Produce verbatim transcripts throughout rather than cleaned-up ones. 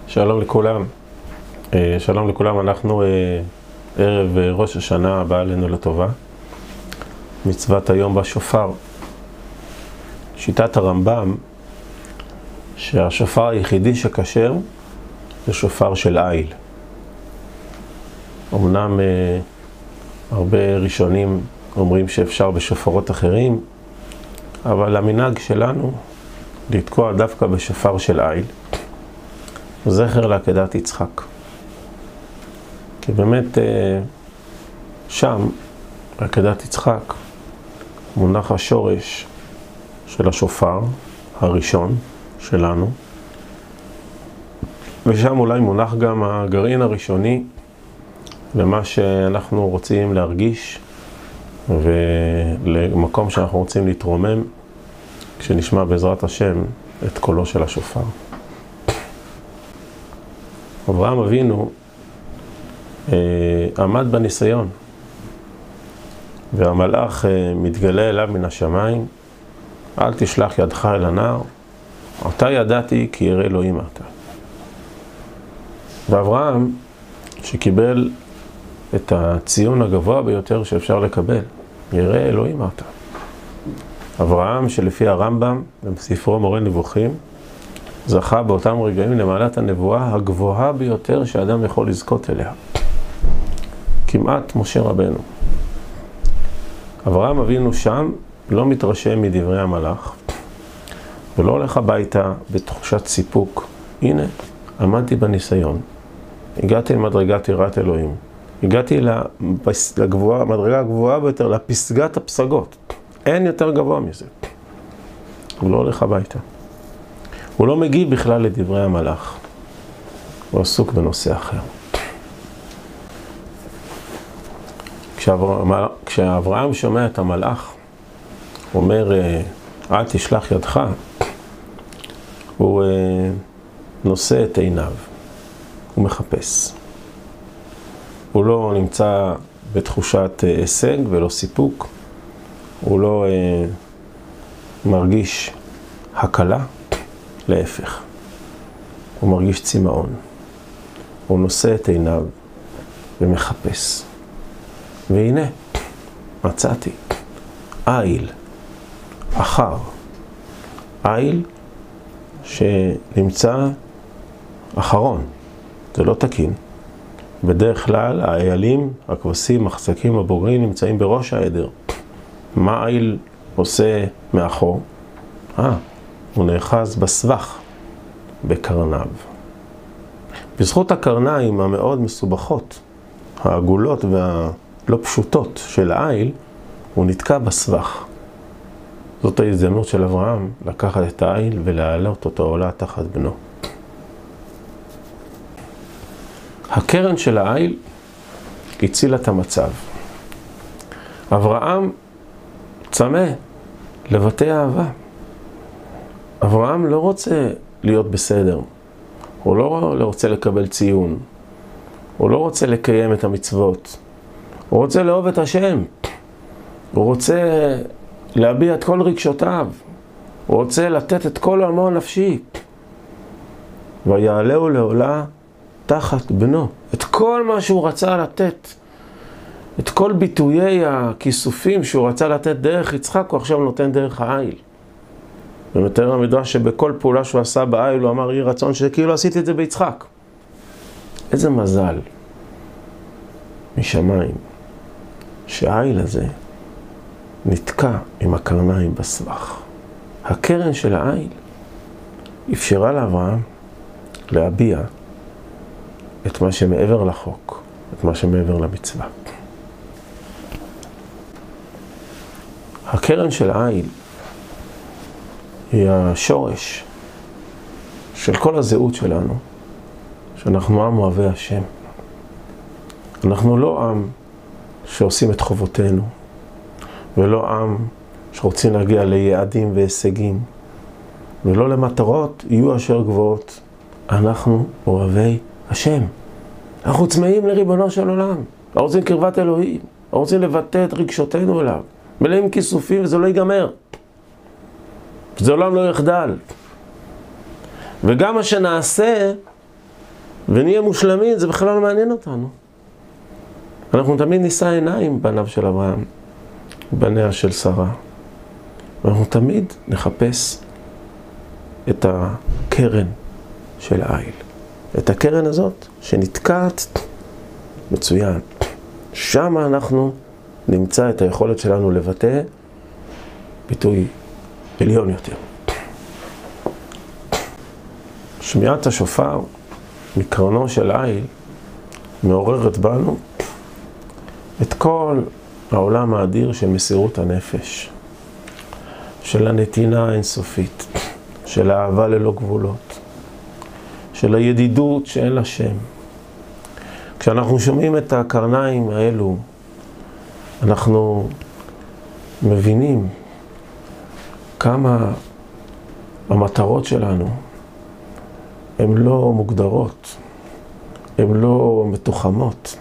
שלום לכולם. שלום לכולם, אנחנו ערב ראש השנה הבא עלינו לטובה. מצוות היום בשופר. שיטת הרמב"ם, שהשופר היחידי שכשר זה שופר של איל. אמנם הרבה ראשונים אומרים שאפשר בשופרות אחרים, אבל המנהג שלנו לתקוע דווקא בשופר של איל. זכר לעקדת יצחק. כי באמת שם, עקדת יצחק, מונח השורש של השופר הראשון שלנו, ושם אולי מונח גם הגרעין הראשוני למה שאנחנו רוצים להרגיש ולמקום שאנחנו רוצים להתרומם כשנשמע בעזרת השם את קולו של השופר. אברהם אבינו אה, עמד בניסיון, והמלאך אה, מתגלה אליו מן השמיים, אל תשלח ידך אל הנער, אותה ידעתי כי ירא אלוהים אתה. ואברהם, שקיבל את הציון הגבוה ביותר שאפשר לקבל, ירא אלוהים אתה. אברהם, שלפי הרמב"ם, בספרו מורה נבוכים, זכה באותם רגעים למעלת הנבואה הגבוהה ביותר שאדם יכול לזכות אליה. כמעט משה רבנו. אברהם אבינו שם לא מתרשם מדברי המלאך, ולא הולך הביתה בתחושת סיפוק. הנה, עמדתי בניסיון. הגעתי למדרגת יראת אלוהים. הגעתי לגבוה, למדרגה הגבוהה ביותר, לפסגת הפסגות. אין יותר גבוה מזה. הוא לא הולך הביתה. הוא לא מגיב בכלל לדברי המלאך. הוא עסוק בנושא אחר. כשאברהם, כשאברהם שומע את המלאך, הוא אומר, אל תשלח ידך, הוא נושא את עיניו. הוא מחפש. הוא לא נמצא בתחושת הישג ולא סיפוק. הוא לא מרגיש הקלה. להפך, הוא מרגיש צמאון, הוא נושא את עיניו ומחפש. והנה, מצאתי, איל, אחר, איל שנמצא אחרון, זה לא תקין. בדרך כלל האיילים, הכבשים, החזקים, הבוגרים נמצאים בראש העדר. מה איל עושה מאחור? אה, הוא נאחז בסבך, בקרניו. בזכות הקרניים המאוד מסובכות, העגולות והלא פשוטות של האיל, הוא נתקע בסבך. זאת ההזדמנות של אברהם לקחת את האיל ולהעלות אותו עולה תחת בנו. הקרן של האיל הצילה את המצב. אברהם צמא לבטא אהבה. אברהם לא רוצה להיות בסדר, הוא לא רוצה לקבל ציון, הוא לא רוצה לקיים את המצוות, הוא רוצה לאהוב את השם, הוא רוצה להביע את כל רגשותיו, הוא רוצה לתת את כל עולמו הנפשי. ויעלהו לעולה תחת בנו. את כל מה שהוא רצה לתת, את כל ביטויי הכיסופים שהוא רצה לתת דרך יצחק, הוא עכשיו נותן דרך האיל. ומתאר המדרש שבכל פעולה שהוא עשה באיל הוא אמר, יהי רצון שכאילו עשיתי את זה ביצחק. איזה מזל משמיים שהאיל הזה נתקע עם הקרניים בסבך. הקרן של האיל אפשרה לאברהם להביע את מה שמעבר לחוק, את מה שמעבר למצווה. הקרן של האיל היא השורש של כל הזהות שלנו, שאנחנו עם אוהבי השם. אנחנו לא עם שעושים את חובותינו, ולא עם שרוצים להגיע ליעדים והישגים, ולא למטרות יהיו אשר גבוהות. אנחנו אוהבי השם. אנחנו צמאים לריבונו של עולם. אנחנו רוצים קרבת אלוהים. אנחנו רוצים לבטא את רגשותינו אליו. מלאים כיסופים וזה לא ייגמר. זה עולם לא יחדל. וגם מה שנעשה ונהיה מושלמים, זה בכלל לא מעניין אותנו. אנחנו תמיד נישא עיניים בניו של אברהם, בניה של שרה. ואנחנו תמיד נחפש את הקרן של העיל. את הקרן הזאת שנתקעת מצוין. שם אנחנו נמצא את היכולת שלנו לבטא ביטוי עליון יותר. שמיעת השופר מקרנו של העיל מעוררת בנו את כל העולם האדיר של מסירות הנפש, של הנתינה האינסופית, של האהבה ללא גבולות, של הידידות שאין לה שם. כשאנחנו שומעים את הקרניים האלו, אנחנו מבינים כמה המטרות שלנו הן לא מוגדרות, הן לא מתוחמות.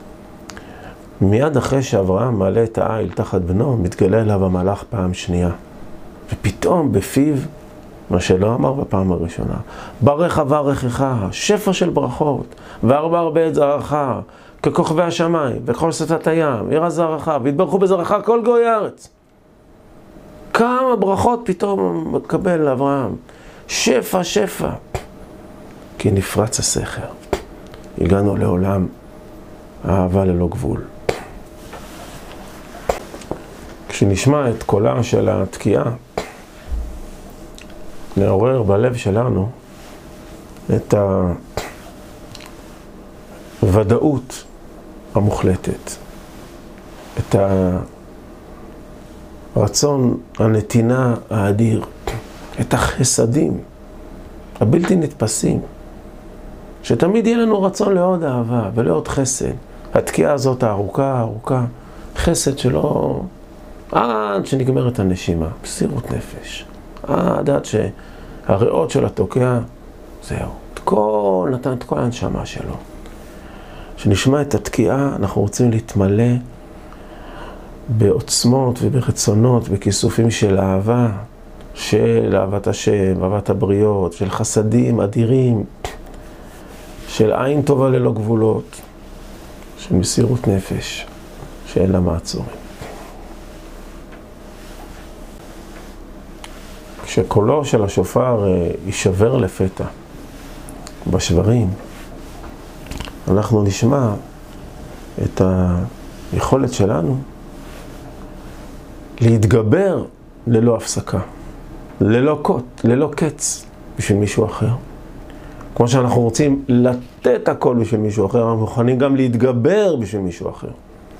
מיד אחרי שאברהם מעלה את העיל תחת בנו, מתגלה אליו המלאך פעם שנייה. ופתאום בפיו, מה שלא אמר בפעם הראשונה, ברך אברכך, שפע של ברכות, וארבע הרבה את זרעך, ככוכבי השמיים, וכל שטת הים, עיר הזרעך, והתברכו בזרעך כל גוי הארץ. כמה ברכות פתאום מקבל לאברהם. שפע, שפע. כי נפרץ הסכר. הגענו לעולם אהבה ללא גבול. כשנשמע את קולה של התקיעה, נעורר בלב שלנו את הוודאות המוחלטת, את הרצון, הנתינה האדיר, את החסדים הבלתי נתפסים, שתמיד יהיה לנו רצון לעוד אהבה ולעוד חסד. התקיעה הזאת הארוכה, הארוכה, חסד שלא, עד שנגמרת הנשימה, מסירות נפש. עד עד שהריאות של התוקע, זהו. את כל, נתן את כל הנשמה שלו. כשנשמע את התקיעה, אנחנו רוצים להתמלא בעוצמות וברצונות, בכיסופים של אהבה, של אהבת השם, אהבת הבריות, של חסדים אדירים, של עין טובה ללא גבולות, של מסירות נפש, שאין לה מעצורים. כשקולו של השופר יישבר לפתע בשברים, אנחנו נשמע את היכולת שלנו להתגבר ללא הפסקה, ללא קוט, ללא קץ בשביל מישהו אחר. כמו שאנחנו רוצים לתת הכל בשביל מישהו אחר, אנחנו מוכנים גם להתגבר בשביל מישהו אחר.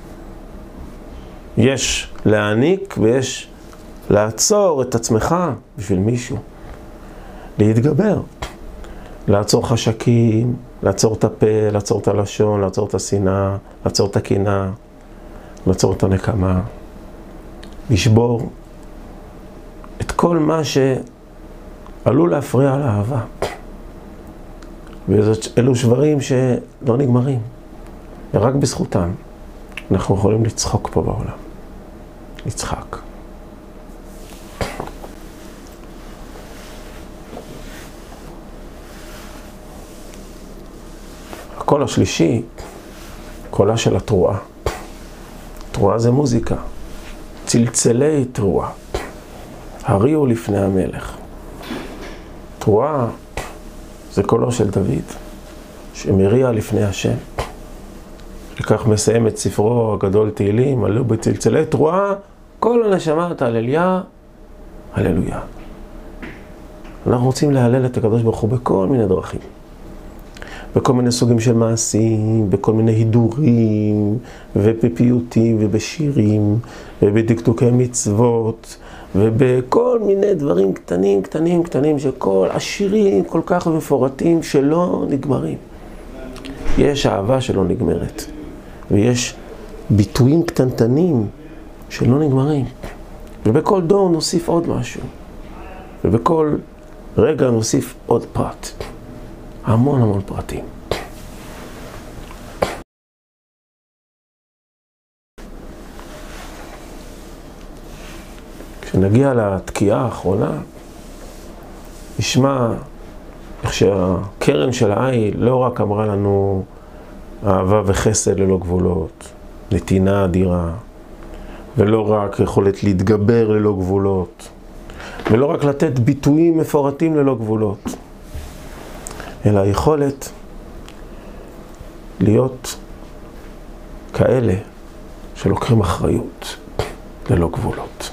יש להעניק ויש לעצור את עצמך בשביל מישהו. להתגבר. לעצור חשקים, לעצור את הפה, לעצור את הלשון, לעצור את השנאה, לעצור את הקינה, לעצור את הנקמה. לשבור את כל מה שעלול להפריע לאהבה. ואלו שברים שלא נגמרים. ורק בזכותם אנחנו יכולים לצחוק פה בעולם. לצחק. הקול השלישי, קולה של התרועה. תרועה זה מוזיקה. צלצלי תרועה. הריעו לפני המלך. תרועה זה קולו של דוד, שמריע לפני השם. וכך מסיים את ספרו הגדול תהילים, עלו בצלצלי תרועה, כל הנשמה תהלליה, הללויה. אנחנו רוצים להלל את הקדוש ברוך הוא בכל מיני דרכים. בכל מיני סוגים של מעשים, בכל מיני הידורים, ובפיוטים, ובשירים, ובדקדוקי מצוות, ובכל מיני דברים קטנים, קטנים, קטנים, שכל עשירים כל כך מפורטים שלא נגמרים. יש אהבה שלא נגמרת, ויש ביטויים קטנטנים שלא נגמרים. ובכל דור נוסיף עוד משהו, ובכל רגע נוסיף עוד פרט. המון המון פרטים. כשנגיע לתקיעה האחרונה, נשמע איך שהקרן של העיל לא רק אמרה לנו אהבה וחסד ללא גבולות, נתינה אדירה, ולא רק יכולת להתגבר ללא גבולות, ולא רק לתת ביטויים מפורטים ללא גבולות, אלא היכולת להיות כאלה שלוקחים אחריות ללא גבולות.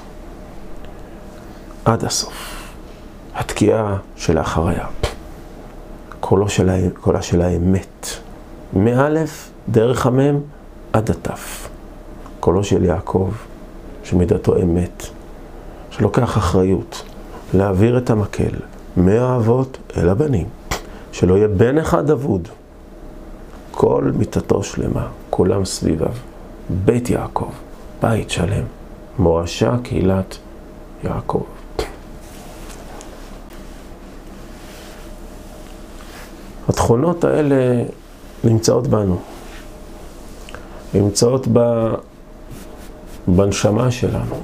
עד הסוף. התקיעה שלאחריה. קולו של, קולה של האמת. מאלף דרך המם עד התף. קולו של יעקב, שמידתו אמת, שלוקח אחריות להעביר את המקל מהאבות אל הבנים, שלא יהיה בן אחד אבוד. כל מיתתו שלמה, כולם סביביו. בית יעקב, בית שלם, מורשה קהילת יעקב. התכונות האלה נמצאות בנו. נמצאות ב... בנשמה שלנו.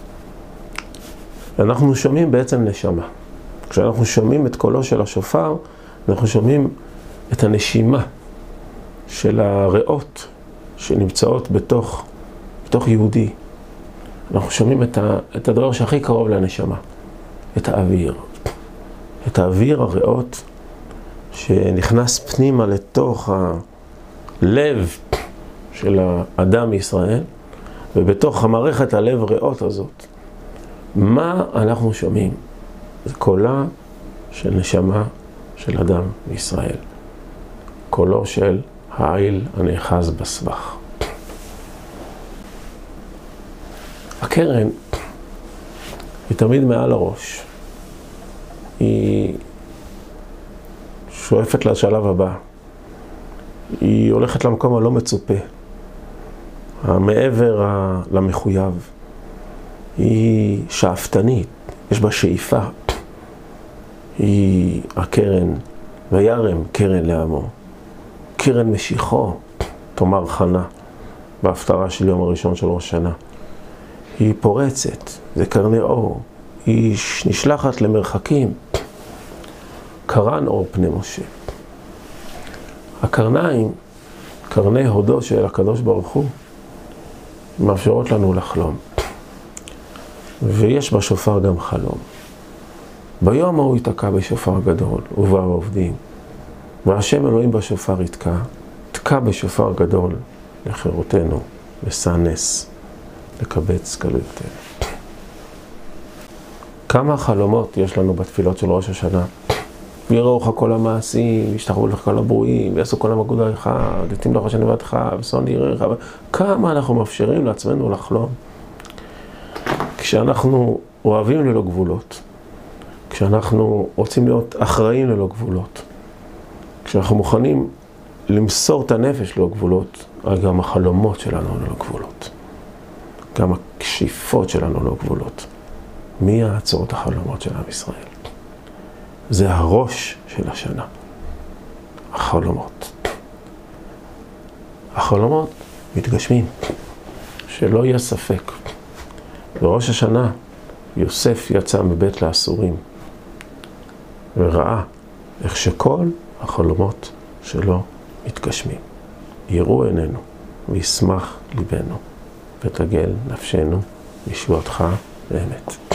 אנחנו שומעים בעצם נשמה. כשאנחנו שומעים את קולו של השופר, אנחנו שומעים את הנשימה של הריאות שנמצאות בתוך, בתוך יהודי. אנחנו שומעים את, ה, את הדבר שהכי קרוב לנשמה, את האוויר. את האוויר, הריאות, שנכנס פנימה לתוך הלב של האדם ישראל, ובתוך המערכת הלב ריאות הזאת. מה אנחנו שומעים? זה קולה של נשמה של אדם בישראל. קולו של העיל הנאחז בסבך. הקרן היא תמיד מעל הראש. היא שואפת לשלב הבא. היא הולכת למקום הלא מצופה. המעבר למחויב. היא שאפתנית. יש בה שאיפה. היא הקרן, וירם קרן לעמו. קרן משיחו, תאמר חנה, בהפטרה של יום הראשון של ראש שנה. היא פורצת, זה קרני אור. היא נשלחת למרחקים. קרן אור פני משה. הקרניים, קרני הודו של הקדוש ברוך הוא, מאפשרות לנו לחלום. ויש בשופר גם חלום. ביום ההוא יתקע בשופר גדול, ובאו העובדים. והשם אלוהים בשופר יתקע, תקע בשופר גדול לחירותנו, ושא נס, לקבץ גלויותינו. כמה חלומות יש לנו בתפילות של ראש השנה? ויראו לך כל המעשים, ישתחוו לך כל הברואים, ויעשו כל המגודה אחד, יתאים לך השם לבדך, ושון יראיך. כמה אנחנו מאפשרים לעצמנו לחלום? כשאנחנו אוהבים ללא גבולות, כשאנחנו רוצים להיות אחראים ללא גבולות, כשאנחנו מוכנים למסור את הנפש ללא גבולות, גם החלומות שלנו ללא גבולות, גם הקשיפות שלנו ללא גבולות. מי יעצור את החלומות של עם ישראל? זה הראש של השנה. החלומות. החלומות מתגשמים. שלא יהיה ספק. בראש השנה יוסף יצא מבית לאסורים וראה איך שכל החלומות שלו מתגשמים. יראו עינינו וישמח ליבנו ותגל נפשנו בישועתך באמת.